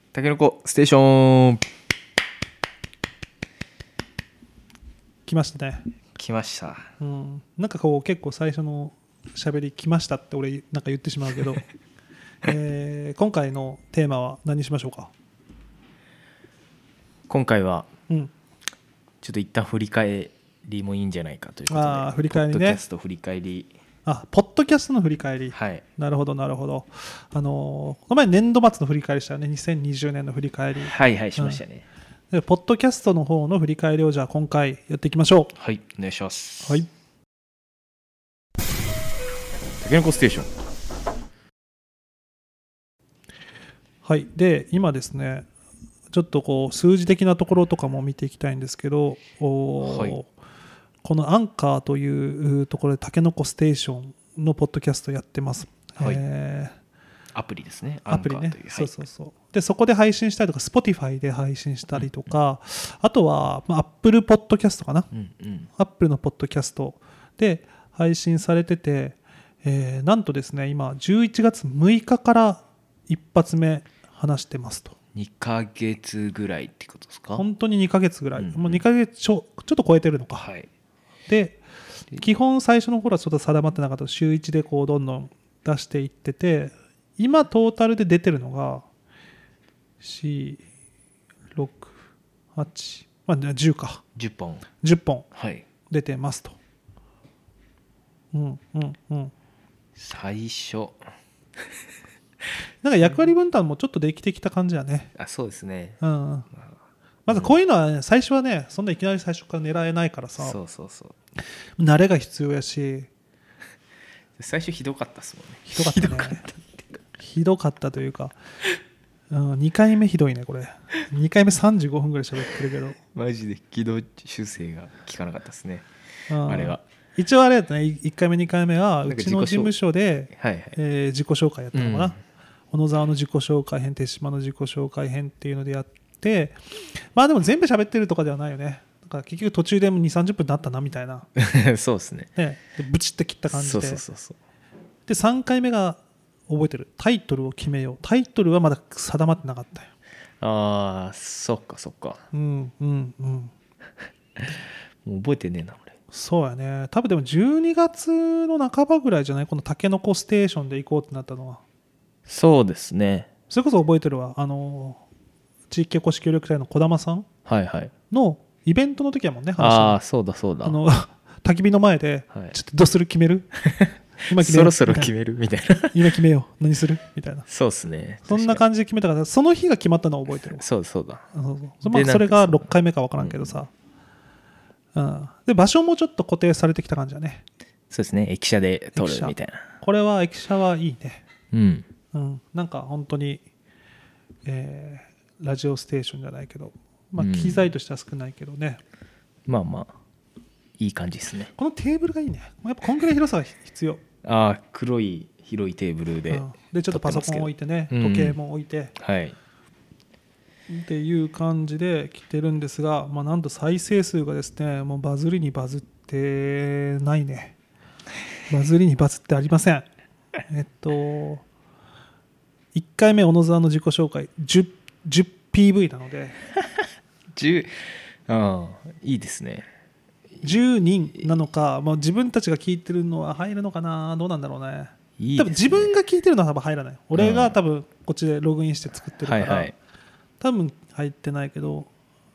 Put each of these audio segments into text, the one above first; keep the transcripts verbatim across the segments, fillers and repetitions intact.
たけのこステーション。 来ましたね。 来ました。 うん、なんかこう結構最初の喋り来ましたって俺なんか言ってしまうけど、えー、今回のテーマは何にしましょうか。 今回は、 うん、 ちょっと一旦振り返りもいいんじゃないかということで、 あ振り返りね、 ポッドキャスト振り返り。 あ、ポッドキャストの振り返り。 はい。 なるほどなるほど。あのー、この前年度末の振り返りしたよね。にせんにじゅうねんの振り返り。 はいはいしましたね。 うん、でポッドキャストの方の振り返りをじゃあ今回やっていきましょう。 はい、お願いします。 はい。 たけのこステーション。 はい。で今ですね、ちょっとこう数字的なところとかも見ていきたいんですけど、お、はい、このアンカーというところでたけのこステーションのポッドキャストやってます。はい、えー、 アプリですね。 アプリね。 アンカーという、 そうそうそう。でそこで配信したりとか Spotify で配信したりとか、うんうん、あとは、まあ、Apple Podcast かな、うんうん、Apple のポッドキャストで配信されてて、えー、なんとですね今じゅういちがつむいかから一発目話してますと。 にかげつぐらいってことですか。 本当ににかげつぐらい、うんうん、もうにかげつちょ、ちょっと超えてるのか、はい、で基本最初の頃はちょっと定まってなかった週いちでこうどんどん出していってて、今トータルで出てるのがよん、ろく、はち、まあ、じゅうかじゅっぽんじゅっぽん出てますと、はい、うんうんうん。 最初なんか役割分担もちょっとできてきた感じやね。 あ、そうですね、 うん、まずこういうのは、ね、最初はねそんないきなり最初から狙えないからさ、 そうそうそう慣れが必要やし、 最初ひどかったっすもんね。 ひどかったね。ひどかったというか、うん、にかいめひどいねこれ。にかいめさんじゅうごふんぐらい喋ってるけどマジで軌道修正が効かなかったですね、あれは。 一応あれやったね、いっかいめにかいめはうちの事務所で、 はいはい、 えー、自己紹介やったのかな、うん、小野沢の自己紹介編、手島の自己紹介編っていうのでやって、まあでも全部喋ってるとかではないよね。だから結局途中でもにじゅう、さんじゅっぷんになったなみたいなそうですね。 ね、でブチッと切った感じで、 そうそうそうそう。 でさんかいめが覚えてる、タイトルを決めよう。タイトルはまだ定まってなかったよ。 ああ、そっかそっか。 うんうんうん。 もう覚えてねえな俺。 そうやね。多分でもじゅうにがつの半ばぐらいじゃない、このたけのこステーションで行こうってなったのは。 そうですね。 それこそ覚えてるわ。あの地域おこし協力隊の児玉さんのイベントの時やもんね。 はいはい、ああ、そうだそうだ。 あの焚き火の前で、はい、ちょっとどうする決める今決めるそろそろ決めるみたいな今決めよう何するみたいな。 そうですね。 そんな感じで決めたから、その日が決まったのは覚えてるわ。 そうそうだ。 そうそう、まあ、それがろっかいめか分からんけどさ、うんうん、で場所もちょっと固定されてきた感じだね。 そうですね。駅舎で撮るみたいな。 これは駅舎はいいね。 うん、 うん、なんか本当に、えー、ラジオステーションじゃないけど、まあ、機材としては少ないけどね、 うん、まあまあいい感じですね。 このテーブルがいいね。やっぱこんぐらい広さが必要。 ああ、黒い広いテーブルで、うん、 でちょっとパソコン置いてね、時計も置いて、 うん、はいっていう感じで来てるんですが、まあ、なんと再生数がですね、もうバズりにバズってないね。バズりにバズってありません。えっといっかいめ小野沢の自己紹介 じゅう, じゅうピーブイ なのでじゅう、ああいいですね。 じゅうにんなのか、まあ、自分たちが聞いてるのは入るのかな、どうなんだろうね。いいですね。多分自分が聞いてるのは多分入らない。俺が多分こっちでログインして作ってるから、はいはい、多分入ってないけど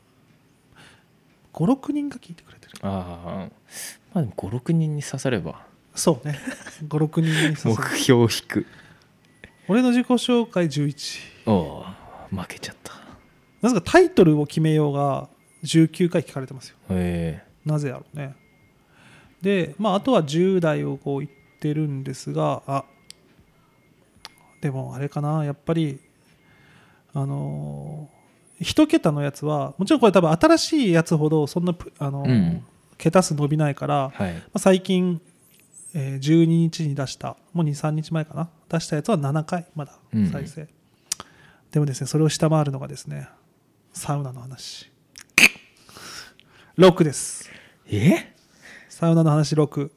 ご、ろくにんが聞いてくれてる。 ああ、まあでもご、ろくにんに刺されば。 そうね、ご、ろくにんに刺さる。 目標を引く。俺の自己紹介じゅういち。 おお、負けちゃった。 なぜかタイトルを決めようがじゅうきゅうかい聞かれてますよ。 へえ。 なぜやろうね。で、まあ、あとはじゅう代をこう言ってるんですが、あでもあれかな、やっぱりあのー、一桁のやつはもちろんこれ多分新しいやつほどそんな、あのーうん、桁数伸びないから、はい、まあ、最近、えー、じゅうににちに出したもうに、さんにちまえかな出したやつはななかいまだ再生、うん、でもですねそれを下回るのがですねサウナの話ろくです。 えサウナの話ろく。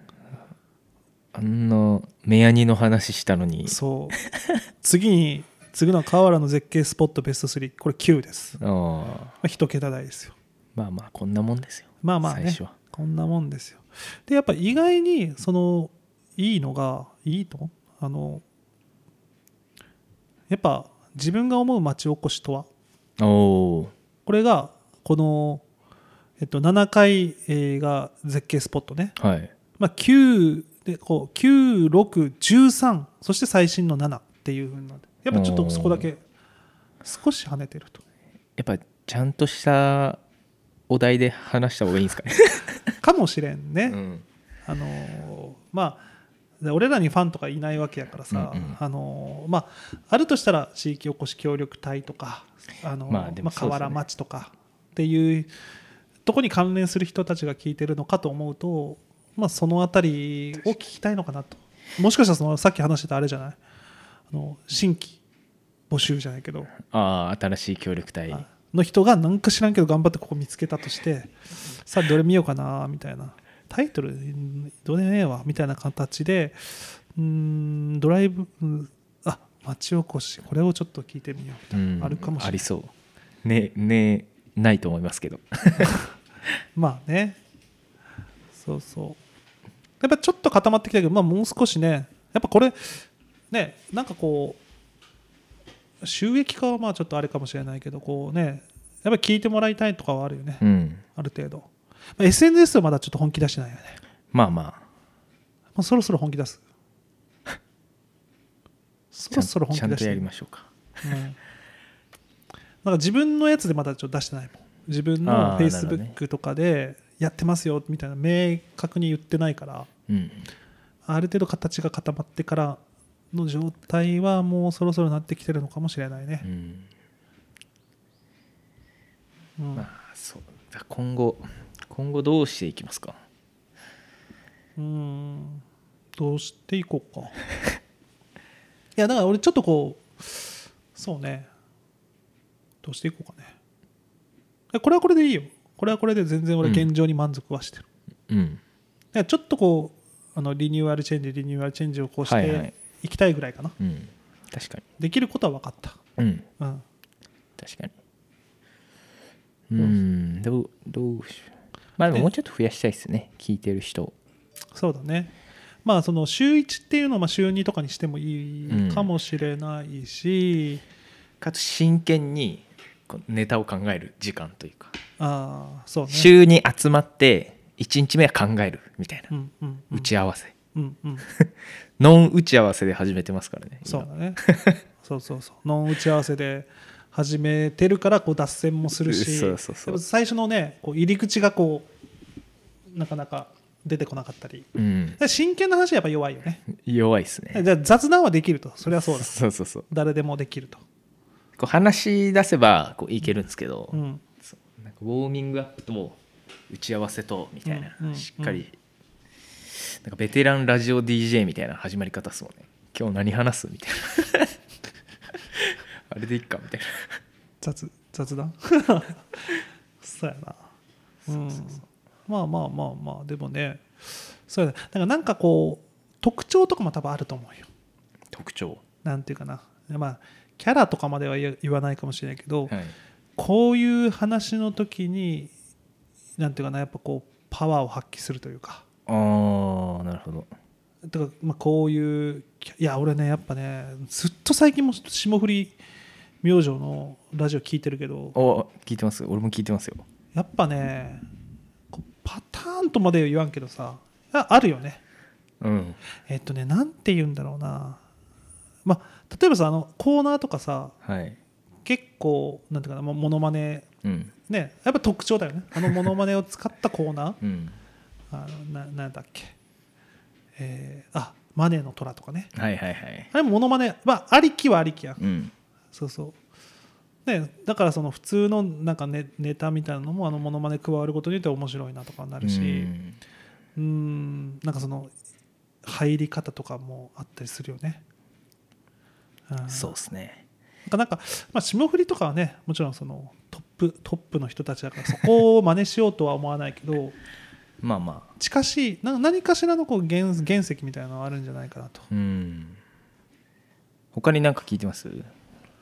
あんな目やにの話したのに。 そう次に次の河原の絶景スポットベストスリー、これきゅうです。 あまあ、一桁台ですよ。 まあまあこんなもんですよ。 まあまあね最初はこんなもんですよ。でやっぱ意外にそのいいのがいいとあのやっぱ自分が思う町おこしとは、 おーこれがこの、えっと、ななかいが絶景スポットね、 はいまあ、きゅうでこうきゅう、ろく、じゅうさん、そして最新のななっていう風になって、やっぱちょっとそこだけ少し跳ねてると。 やっぱちゃんとしたお題で話した方がいいんですかね。 かもしれんね。 うんあのーまあで俺らにファンとかいないわけやからさ、 うんうんあのーまあ、あるとしたら地域おこし協力隊とか、あのーまあでもまあ、 そうですよね河原町とかっていうとこに関連する人たちが聞いてるのかと思うと、まあ、そのあたりを聞きたいのかなと。もしかしたらそのさっき話してたあれじゃない、あの新規募集じゃないけどああ新しい協力隊の人がなんか知らんけど頑張ってここ見つけたとしてさあどれ見ようかなみたいな、タイトルどれねえわみたいな形でうーんドライブ、うん、あ町おこしこれをちょっと聞いてみようみたいな、 うん、 あるかもしれない。 ありそうねねないと思いますけどまあねそうそうやっぱちょっと固まってきたけど、まあ、もう少しねやっぱこれねなんかこう収益化はまあちょっとあれかもしれないけどこうねやっぱり聞いてもらいたいとかはあるよね、 うん、 ある程度、まあ、エスエヌエス はまだちょっと本気出してないよね。 まあまあもうそろそろ本気出すそろそろ本気出してちゃんとやりましょうか、 うん、なんか自分のやつでまだちょっと出してないもん。自分のあーなるほどね Facebook とかでやってますよみたいな明確に言ってないから、 うん、 ある程度形が固まってからの状態はもうそろそろなってきてるのかもしれないねう、ん、 うんまあそうだ今後今後どうしていきますか。 うんどうしていこうかいやだから俺ちょっとこうそうねどうしていこうかね。これはこれでいいよ。これはこれで全然俺現状に満足はしてる、 うん、 だからちょっとこうあのリニューアルチェンジリニューアルチェンジをこうしはいはいていきたいぐらいかな、 うん、確かに、 できることは分かった、 うん、 うん、 確かに、うんどうどうしよう。まあでももうちょっと増やしたいですね聞いてる人。 そうだね。まあその週いちっていうのをまあ週にとかにしてもいいかもしれないし、 かつ真剣にこうネタを考える時間というか、 ああそうね、 週に集まっていちにちめは考えるみたいな、 うんうんうん、 打ち合わせ、 うんうん、 ノン打ち合わせで始めてますからね。 そうだねそうそうそうノン打ち合わせで始めてるからこう脱線もするし、 そうそうそう、 最初のねこう入り口がこうなかなか出てこなかったり、 うん、 真剣な話はやっぱ弱いよね。 弱いですね。 じゃあ雑談はできると、それはそうだ、 そうそうそう、 誰でもできると、 こう話し出せばこういけるんですけど、 うん、 そうなんかウォーミングアップと打ち合わせとみたいな、 うんうん、 しっかりなんかベテランラジオ ディージェー みたいな始まり方ですもんね。今日何話すみたいなあれでいっかみたいな雑雑談そうやな、うん、まあまあまあまあでもねそうやだからなんかこう特徴とかも多分あると思うよ。 特徴、 なんていうかな、まあキャラとかまでは言わないかもしれないけど、 はい、 こういう話の時になんていうかなやっぱこうパワーを発揮するというか、 ああなるほど。 だからまあこういういや俺ねやっぱねずっと最近も霜降り明星のラジオ聞いてるけど、 お聞いてます。俺も聞いてますよ。 やっぱねこうパターンとまでは言わんけどさああるよね。 うんえっとねなんて言うんだろうな、まあ例えばさあのコーナーとかさはい結構なんていうかなモノマネうんねやっぱ特徴だよね。あのモノマネを使ったコーナーうんあのななんだっけ、えー、あマネーの虎とかね、 はいはいはいあれもモノマネまあありきはありきやん、 うんそうそうね、だからその普通のなんか ネ, ネタみたいなのもあのモノマネ加わることによって面白いなとかになるし、 うんうーんなんかその入り方とかもあったりするよね。うん、 そうですね。 なんか、まあ、霜降りとかはねもちろんそのトップトップの人たちだからそこを真似しようとは思わないけどまあまあ近しいな何かしらのこう 原, 原石みたいなのがあるんじゃないかなと。 うん他に何か聞いてます？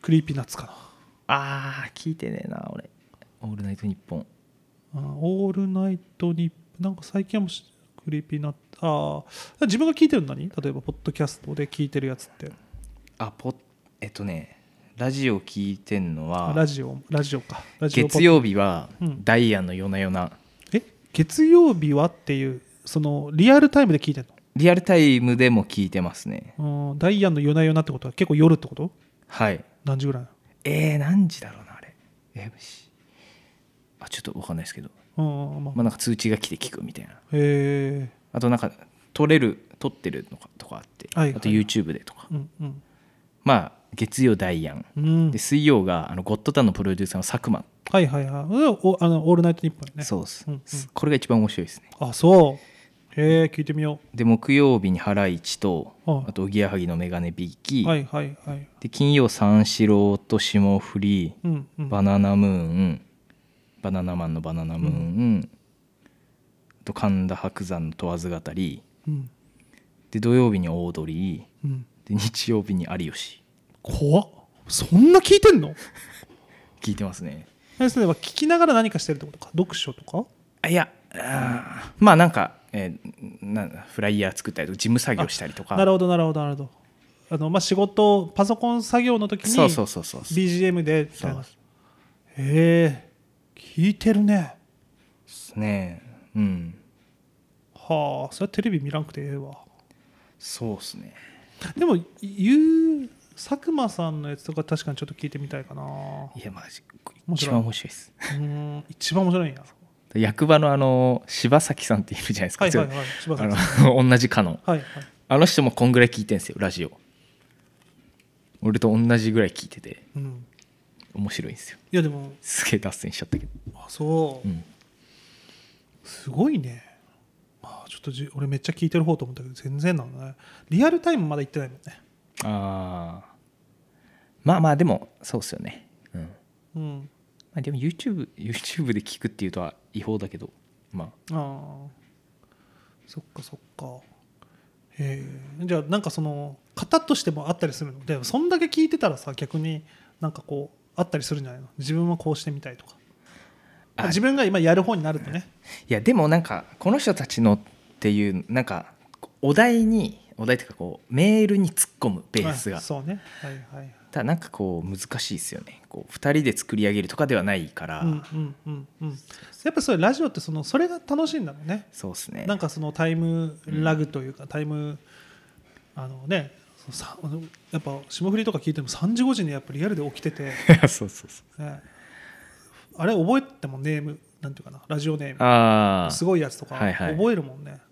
クリーピーナッツかな。 あー聞いてねえな俺。オールナイトニッポン。 あオールナイトニッポンなんか最近はもしクリーピーナッツああ自分が聞いてるの何例えばポッドキャストで聞いてるやつってあポえっとねラジオ聞いてんのはラジオラジオかラジオ月曜日はうんダイアンの夜な夜な。 え月曜日はっていうそのリアルタイムで聞いてるリアルタイムでも聞いてますね。 のうんダイアンの夜な夜なってことは結構夜ってことはい。 何時ぐらいえー、何時だろうなあれ。えー、しあちょっと分かんないですけど、 うんまあまあ、なんか通知が来て聞くみたいな。 へえあとなんか撮れる撮ってるのかとかあって、 はいはいあと YouTube でとか、 うんうんまあ月曜ダイアンうんで水曜があのゴッドタンのプロデューサーの佐久間、 はいはいはいおあのオールナイトニッポンねそうです、 うんうんこれが一番面白いですね。 あそうへえ聞いてみよで木曜日にハライチと、 はいあとおぎやはぎのメガネビーキ、 うはいはいはいで金曜三四郎と霜降り、 うんうんバナナムーンバナナマンのバナナムーン、あと神田伯山の問わず語りうんで土曜日にオードリーうんで日曜日に有吉。 怖っそんな聞いてんの聞いてますね。 えそれは聞きながら何かしてるってことか読書とかあいやあまあなんか、えーなフライヤー作ったりとか事務作業したりとか。 なるほどなるほどなるほどあの、まあ、仕事パソコン作業の時にそうそうそうそうビージーエム でみたいなそうへえ聞いてるねですね。うんはあそれはテレビ見らんくてええわそうですね。 でも言う佐久間さんのやつとか確かにちょっと聞いてみたいかないやマジ面白い一番面白いです。 うーん一番面白いんや役場のあの柴崎さんっているじゃないですか。 はいはいはい柴あ崎さんの同じかのはいはいあの人もこんぐらい聞いてんすよラジオ。俺と同じぐらい聞いててうん面白いんですよ。 いやでもすげえ脱線しちゃったけど、 あそう、 うん、 すごいねあちょっとじ俺めっちゃ聞いてる方と思ったけど全然なのねリアルタイムまだ行ってないもんねああまあまあでもそうっすよね。うんうんまあ、でも YouTube, YouTube で聞くっていうとは違法だけどまあああそっかそっかへえじゃあなんかその型としてもあったりするのでそんだけ聞いてたらさ逆になんかこうあったりするんじゃないの自分はこうしてみたいとかあ自分が今やる方になるとねいやでもなんかこの人たちのっていうなんかお題にお題というかこうメールに突っ込むベースがあそうねはいはいただなんかこう難しいですよね。こうふたりで作り上げるとかではないから、 うんうんうんうんやっぱそれラジオってそのそれが楽しいんだろうねそうですね。 なんかそのタイムラグというか、タイムあのねさやっぱ霜降りとか聞いてもさんじごじにやっぱリアルで起きてて、 そうそうそうね、あれ覚えてもネームなんていうかなラジオネームあすごいやつとかはいはい覚えるもんね、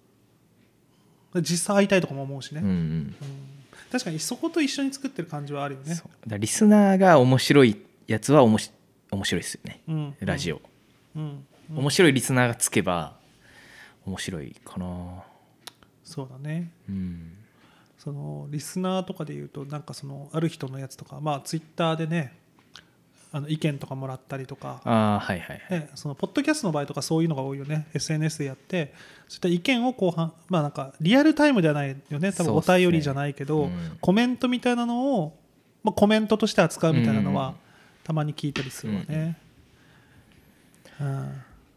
実際会いたいとかも思うしね、 うんうんうん確かにそこと一緒に作ってる感じはあるよねそうだからリスナーが面白いやつはおもし面白いですよね、 うんラジオ、 うんうん面白いリスナーがつけば面白いかな。 そうだねうんそのリスナーとかでいうとなんかそのある人のやつとかまあツイッターでねあの意見とかもらったりとか、 ああはいはいはい、 ね、そのポッドキャストの場合とかそういうのが多いよね エスエヌエス でやってそういった意見を後半まあなんかリアルタイムではないよね多分お便りじゃないけど、 そうっすねうん、 コメントみたいなのを、まあ、コメントとして扱うみたいなのは、 うんたまに聞いたりするわね、うん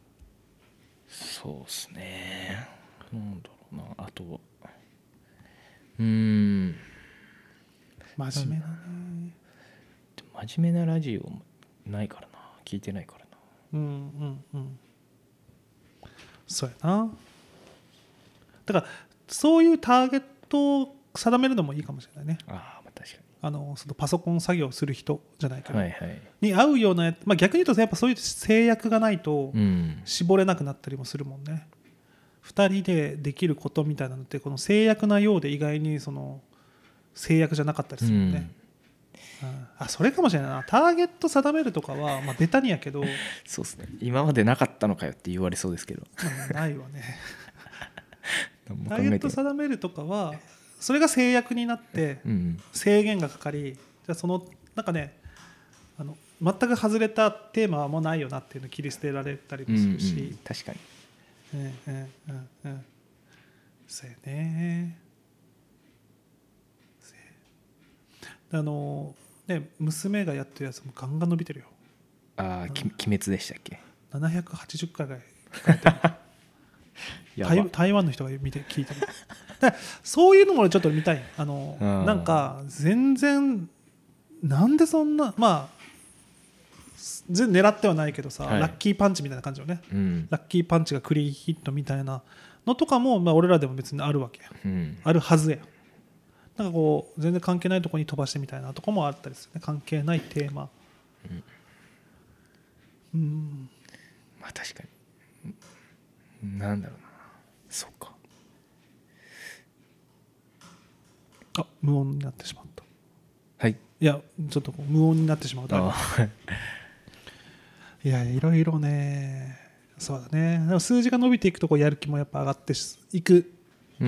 そうですね。なんだろうなあとうーん真面目だね真面目なラジオもないからな聞いてないからな。 うんうんうんそうやなだからそういうターゲットを定めるのもいいかもしれないねああまあ確かあのそのパソコン作業する人じゃないけにど、 はいはいに合うようなやつ、まあ、逆に言うとやっぱそういう制約がないとうん絞れなくなったりもするもんね、ふたりでできることみたいなのってこの制約なようで意外にその制約じゃなかったりするもんね、うん、あそれかもしれないなターゲット定めるとかは、まあ、ベタにやけどそうですね。今までなかったのかよって言われそうですけどうんないわね何もターゲット考えてない定めるとかはそれが制約になってうん制限がかかりじゃあそのなんかねあの全く外れたテーマはもうないよなっていうのを切り捨てられたりもするし、 うんうん確かにうんうんうんうんそうやねせあので娘がやってるやつもガンガン伸びてるよ。 ああ、き鬼滅でしたっけ。 ななひゃくはちじゅっかいぐらい聞かれてるやば台台湾の人が見て聞いてるだからそういうのも俺ちょっと見たい。あのうんなんか全然なんでそんなまあ全然狙ってはないけどさ、 はい、 ラッキーパンチみたいな感じよね、 うん、 ラッキーパンチがクリーンヒットみたいなのとかも、まあ、俺らでも別にあるわけや、 うん、 あるはずや。なんかこう全然関係ないところに飛ばしてみたいなとこもあったりするね。関係ないテーマ、うん、うんまあ確かになんだろうな。そうか。 あ、無音になってしまった。 はい。 いやちょっとこう無音になってしまうとあいやいろいろね。そうだね。でも数字が伸びていくとこうやる気もやっぱ上がっていく。 うん。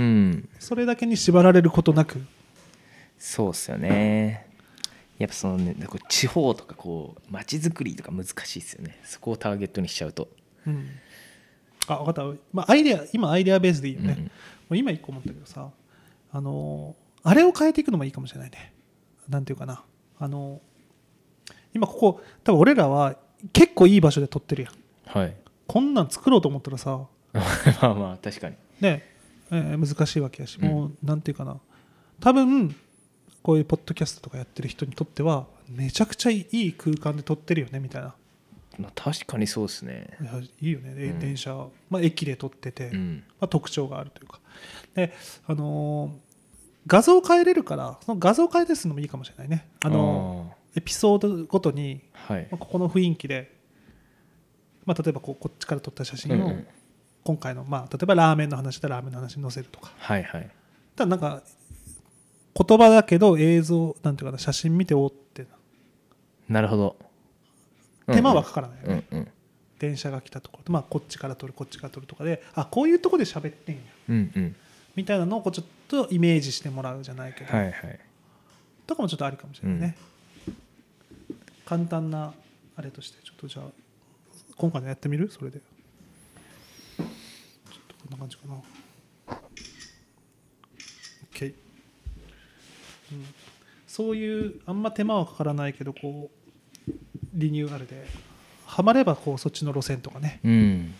それだけに縛られることなく。 そうっすよね。やっぱそのね、こう地方とかこう街づくりとか難しいですよね。そこをターゲットにしちゃうと。 うん。あ、分かった。まあアイデア今アイデアベースでいいよね。 うん、 もう今一個思ったけどさ、あのあれを変えていくのもいいかもしれないね。なんていうかな。あの今ここ多分俺らは結構いい場所で撮ってるやん。 はい。 こんなん作ろうと思ったらさ、 まあまあ確かに。 ね、えー難しいわけやし、 うんもうなんていうかな。多分こういうポッドキャストとかやってる人にとってはめちゃくちゃいい空間で撮ってるよねみたいな。 まあ確かにそうですね。 いやいいよね、 うん電車、まあ、駅で撮ってて、 うんまあ、特徴があるというかで、あのー画像を変えれるからその画像を変えてするのもいいかもしれないね。あのーエピソードごとに、 あーはい。 まあ、ここの雰囲気で、まあ、例えばこうこっちから撮った写真を、 うんうん今回の、まあ、例えばラーメンの話でラーメンの話に載せるとか。 はいはい。 ただなんか言葉だけど映像なんていうかな、写真見ておってなるほど。 手間はかからないよね、 うんうん電車が来たところ、まあ、こっちから撮るこっちから撮るとかで、あこういうところで喋ってんやうんうんみたいなのをこうちょっとイメージしてもらうじゃないけど、 はいはい。 とかもちょっとありかもしれないね、簡単なあれとしてちょっとじゃあ今回のやってみる。それでちょっとこんな感じかな。 OK、うん、そういうあんま手間はかからないけどこうリニューアルでハマればこうそっちの路線とかね、 うん。 うん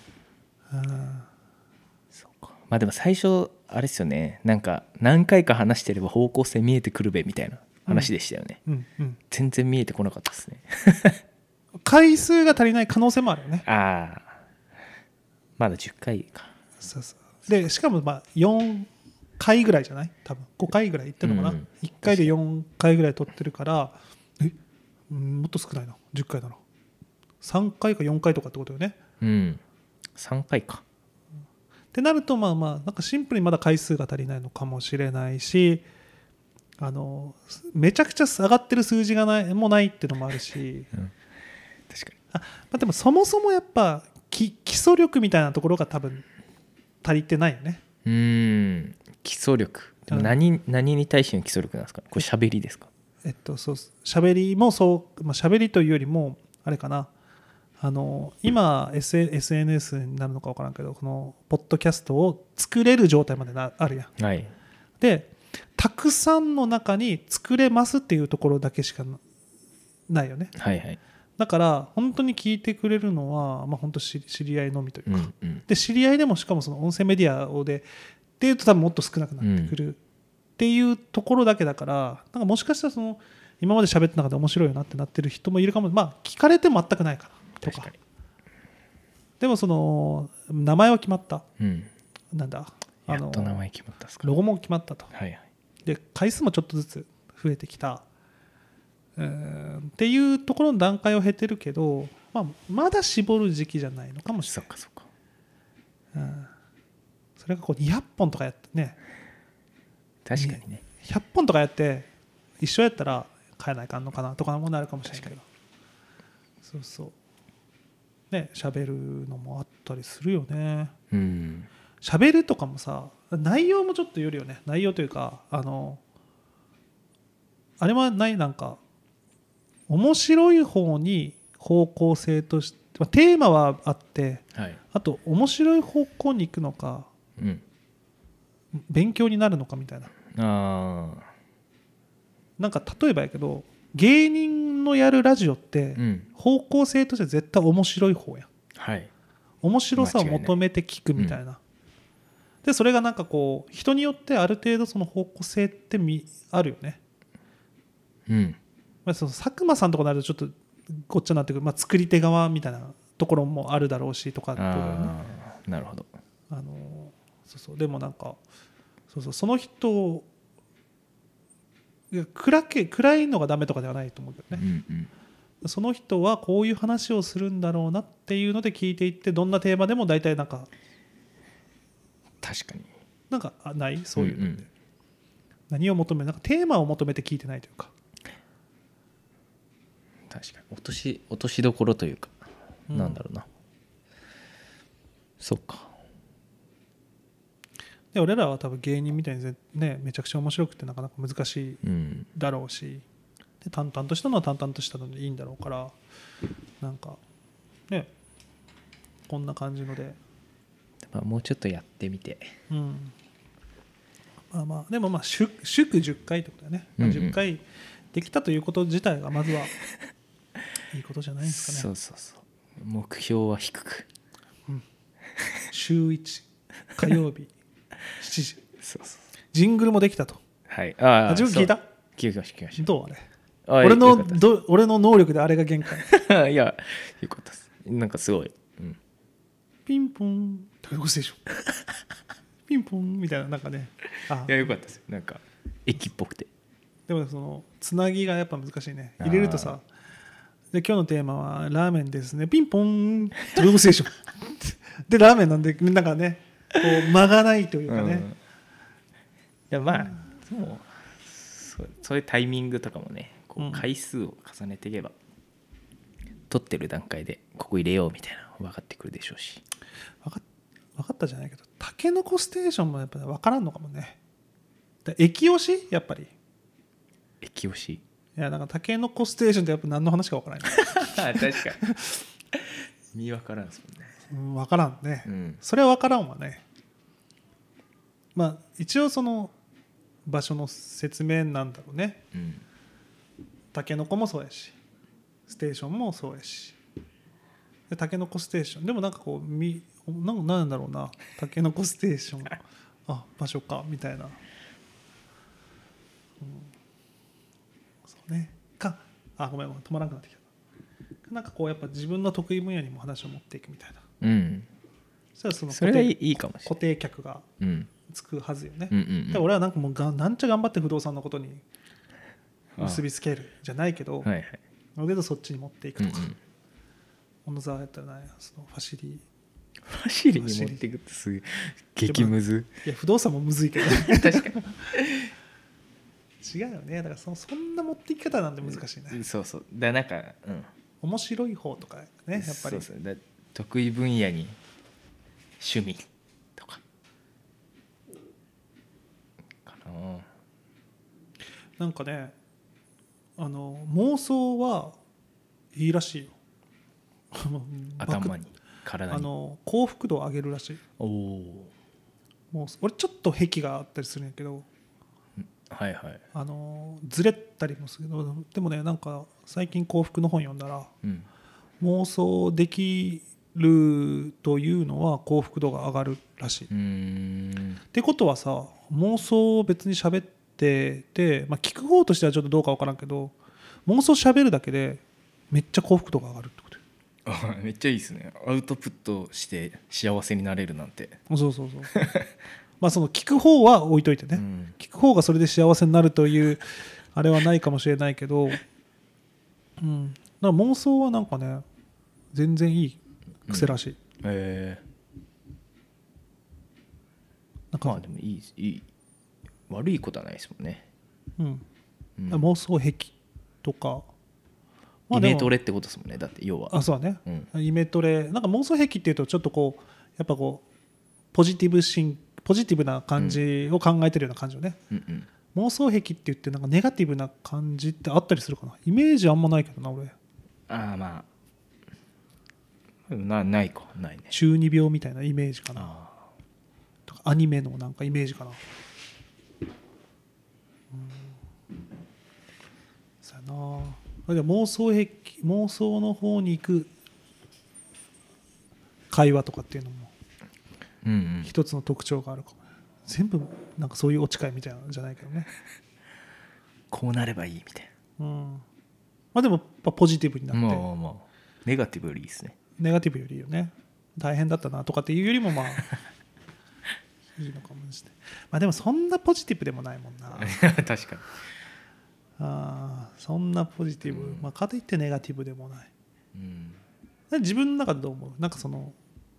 そうか。まあでも最初あれですよね。なんか何回か話してれば方向性見えてくるべみたいな話でしたよね。 うんうん、 全然見えてこなかったですね。 回数が足りない可能性もあるよね。 ああ。まだじゅっかいか。 そうそうでしかもまあよんかいぐらいじゃない多分ごかいぐらい行ってるのかな、 うんいっかいでよんかいぐらい撮ってるからえうんもっと少ないなじゅっかいならさんかいかよんかいとかってことよね。 うん。さんかいか。 ってなるとまあまあなんかシンプルにまだ回数が足りないのかもしれないし、あのめちゃくちゃ上がってる数字がないもないっていうのもあるし、 うん、確かに。 あ、まあ、でもそもそもやっぱき基礎力みたいなところが多分足りてないよね。 うーん。基礎力。でも何、何に対しての基礎力なんですか。これ喋りですか。 えっとそう喋りもそう、まあ、喋りというよりもあれかな、あの今 エスエヌエス になるのか分からんけどこのポッドキャストを作れる状態までなあるやん。 はい。 でたくさんの中に作れますっていうところだけしかないよね。 はいはい。 だから本当に聞いてくれるのは、まあ、本当知知り合いのみというか、 うんうん。 で知り合いでもしかもその音声メディアをでっていうと多分もっと少なくなってくるっていうところだけだから、なんかもしかしたらその今まで喋った中で面白いよなってなってる人もいるかも。まあ聞かれても全くないからとか。 確かに。 でもその名前は決まった、 うん。 なんだやあのっと名前決まったんですか。 ロゴも決まったと。 はいはい。 で回数もちょっとずつ増えてきた、えーっていうところの段階を経てるけど、まあ、まだ絞る時期じゃないのかもしれない。 そっかそっか。 うんそれがこうにひゃっぽんとかやってね、 確かにね。 ひゃっぽんとかやって一緒やったら変えないかんのかなとかもなるかもしれないけど、そうそうね、喋るのもあったりするよね。 うん。 喋るとかもさ、内容もちょっとよるよね。内容というかあのあれはないなんか面白い方に方向性として、まあ、テーマはあってはい。 あと面白い方向に行くのかうん。 勉強になるのかみたいな。 ああ。 なんか例えばやけど芸人のやるラジオってうん方向性として絶対面白い方やん。 はい面白さを求めて聞くみたいな、でそれがなんかこう人によってある程度その方向性ってみあるよね。 うんまあ、その佐久間さんとかになるとちょっとごっちゃになってくる、まあ、作り手側みたいなところもあるだろうしとかってことだよね。 ああなるほどあのそうそうでもなんかそうそうその人いや暗け暗いのがダメとかではないと思うけどうね、 んうんその人はこういう話をするんだろうなっていうので聞いていって、どんなテーマでも大体なんか確かになんかあないそういうのって、 うんうん何を求めなんかテーマを求めて聞いてないというか、 確かに落とし落としどころというか、 うんなんだろうなそっかで俺らは多分芸人みたいにぜ、ね、めちゃくちゃ面白くてなかなか難しいうんだろうし、で淡々としたのは淡々としたのでいいんだろうから、なんかねこんな感じので、 まあもうちょっとやってみてうんまあまあでもまあ祝祝じゅっかいってことだよね、まあ、 うんうんじゅっかいできたということ自体がまずはいいことじゃないですかね。 そうそうそう目標は低く週いち火曜日しちじそうそうジングルもできたと。 はいああ自分聞いたそう聞きました聞きましどうあれたあ俺のよかったですど俺の能力であれが限界いやよかったですなんかすごい、うん、 ピンポンタコステーションピンポンみたいななんかねあいやよかったですなんか駅っぽくてでもそのつなぎがやっぱ難しいね。入れるとさで今日のテーマはラーメンですねピンポンタコステーションでラーメンなんでなんかねこう間がないというかね、 うん、いやまあ、うん、もうそうそういうタイミングとかもねこうんう回数を重ねていけば、撮ってる段階でここ入れようみたいなの分かってくるでしょうし分か分かったじゃないけどタケノコステーションもやっぱ分からんのかもね。で駅推しやっぱりい駅推しやなんかタケノコステーションってやっぱ何の話か分からない、 確かに見分からんですもんね、 うん、分からんね、 うん、 それは分からんわね。まあ一応その場所の説明なんだろうね。 うん、 タケノコもそうやしステーションもそうやしでタケノコステーションでもなんかこうみなんかなんだろうなタケノコステーションあ場所かみたいな、うん、そうねかあごめんごめん止まらなくなってきた。なんかこうやっぱ自分の得意分野にも話を持っていくみたいな、 うん、 そしたらそのそれがいいいいかもしれ固定客がない、うんつくはずよね、 うんうんうん、 だから俺はなんかもうがなんちゃ頑張って不動産のことにあ結びつけるじゃないけど、 はいはい、 ある程度そっちに持っていくとか、 うんうん、 小野沢やったらねそのファシリファシリに持っていくってすげえ激ムズいや不動産もむずいけどね確かに違うよねだから そ, そんな持っていき方なんて難しいね。 そうそうだなんか、うん、 面白い方とかねやっぱりそうそうだ得意分野に趣味とかかな。 なんかねあの妄想はいいらしいよ頭に体にあの幸福度を上げるらしい。 おおもう俺ちょっと癖があったりするんやけどはいはい、 あのずれたりもするけどでもねなんか最近幸福の本読んだらうん、 妄想できるというのは幸福度が上がるらしい。 うーんってことはさ妄想を別に喋ってて、まあ、聞く方としてはちょっとどうか分からんけど妄想喋るだけでめっちゃ幸福度が上がるってことよ。 あめっちゃいいですね。アウトプットして幸せになれるなんて。 そうそうそうまあその聞く方は置いといてね、 うん、 聞く方がそれで幸せになるというあれはないかもしれないけど、うん、だから妄想はなんかね全然いい癖らしい、 うん、えなんかまあでもいいいい悪いことはないですもんね、 うんうん、 妄想癖とか、まあ、 イでもメトレってことですもんねだって要は。 あそうだね、 うん、 イメトレなんか妄想癖っていうとちょっとこうやっぱこうポジティブシンポジティブな感じを考えてるような感じよね、 うんうん、 妄想癖って言ってなんかネガティブな感じってあったりするかな。イメージあんまないけどな俺。 ああまあなないかないね。 中二病みたいなイメージかなあとかアニメのなんかイメージかな。うんそうやな。だから妄想癖妄想の方に行く会話とかっていうのもうんうん一つの特徴があるかも、全部なんかそういう落ち会みたいなんじゃないけどね、 こうなればいいみたいうん、まあでもやっぱポジティブになって、 なまあまあまあネガティブよりいいですねネガティブよりいいよね、大変だったなとかっていうよりもまあいいのかもしれない。まあでもそんなポジティブでもないもんな確かにあそんなポジティブ、 うんまあ、かといってネガティブでもない。 うん自分の中でどう思う？なんかその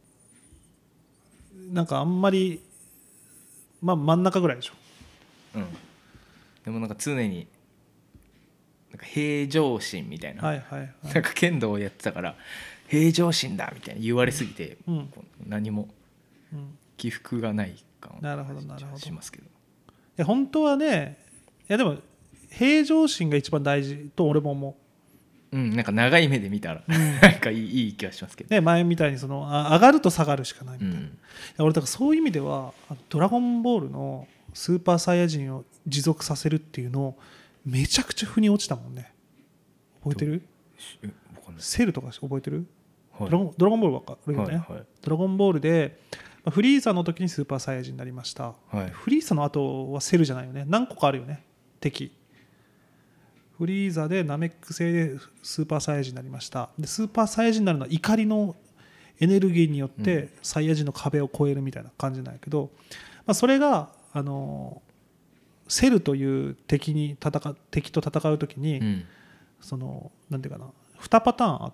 なんかあんまり、まあ、真ん中ぐらいでしょ。 うんでもなんか常になんか平常心みたいな、 はいはいはい、 なんか剣道をやってたから平常心だみたいな言われすぎて、 うんこう何もうん、 起伏がない感なるほどなるほどしますけどいや本当はね、いやでも平常心が一番大事と俺も思うんなんか長い目で見たら、 う、うんなんかいいいい気がしますけど、 ね、前みたいにそのあ上がると下がるしかないみたいな、いうんや俺だからそういう意味ではあのドラゴンボールのスーパーサイヤ人を持続させるっていうのをめちゃくちゃ腑に落ちたもんね。覚えてる？ しえわかんないセルとか覚えてる？ はいドラゴンドラゴンボールわかるよね、 はいはいドラゴンボールでまあフリーザの時にスーパーサイヤ人になりました。 はいフリーザの後はセルじゃないよね、何個かあるよね敵。フリーザでナメック星でスーパーサイヤ人になりました。でスーパーサイヤ人になるのは怒りのエネルギーによってサイヤ人の壁を越えるみたいな感じなんやけど、まあ、それがあのセルという敵に戦う敵と戦う時に、 うんそのなんていうかなにパターンあって、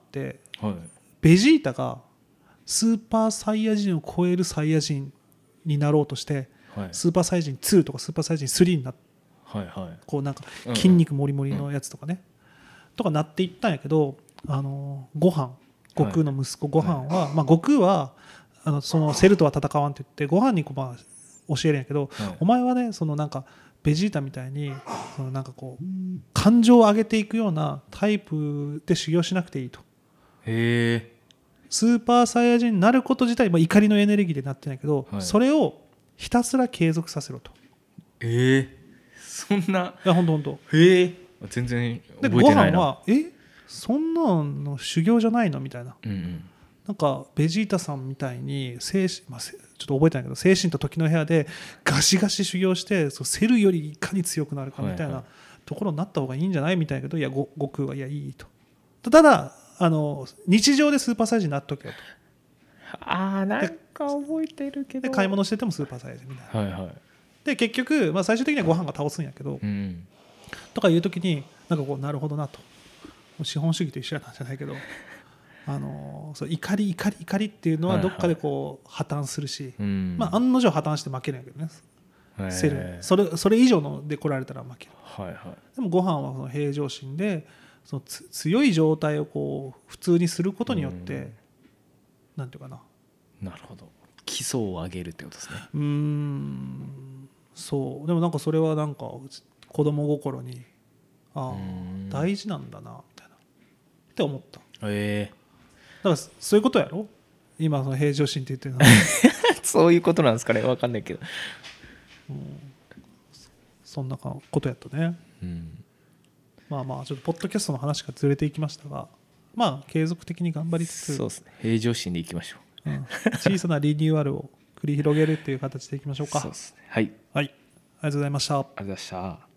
はいベジータがスーパーサイヤ人を超えるサイヤ人になろうとしてはいスーパーサイヤ人ツーとかスーパーサイヤ人スリーになってはいはいこうなんかうん筋肉もりもりのやつとかね、とかなっていったんやけど、あの悟飯悟空の息子悟飯は、まあ、悟空はあのそのセルとは戦わんって言って悟飯にこうまあ教えるんやけど、 はいお前はねそのなんかベジータみたいにそのなんかこう感情を上げていくようなタイプで修行しなくていいと。 へえスーパーサイヤ人になること自体、まあ、怒りのエネルギーでなってるんやけど、 はいそれをひたすら継続させろと。 ええそんないや本当本当。 へえ全然で覚えてないなご飯はえそんなんの修行じゃないのみたいな。 うんうんなんかベジータさんみたいに精神、まあ、せちょっと覚えてないけど精神と時の部屋でガシガシ修行してそうセルよりいかに強くなるかみたいはいはなところになった方がいいんじゃないみたいなけど、いやご悟空はいやいいと。ただあの日常でスーパーサイヤ人になっとけよああなんか覚えてるけと。で買い物しててもスーパーサイヤ人みたいな。 はいはいで結局、まあ、最終的にはご飯が倒すんやけど、 うんとかいう時になんかこうなるほどなと、もう資本主義と一緒やったんじゃないけどあのそう怒り怒り怒りっていうのはどっかでこう破綻するし、 うんまあ、案の定破綻して負けるんやけどね、 へえセルそれそれ以上ので来られたら負ける。 はいはいでもご飯はその平常心でそのつ強い状態をこう普通にすることによって、 うんなんていうかななるほど基礎を上げるってことですねうーんそうでもなんかそれはなんか子供心にああうん大事なんだなみたいなって思った。 へえだからそういうことやろ今その平常心って言ってるのは、 そういうことなんですかね分かんないけどうん、そんなことやったね。 うんまあまあちょっとポッドキャストの話がずれていきましたが、まあ継続的に頑張りつつ、 そうですね平常心でいきましょううん、小さなリニューアルを繰り広げるっていう形でいきましょうか。 そうですねはいありはい、ありがとうございました。 がとうございました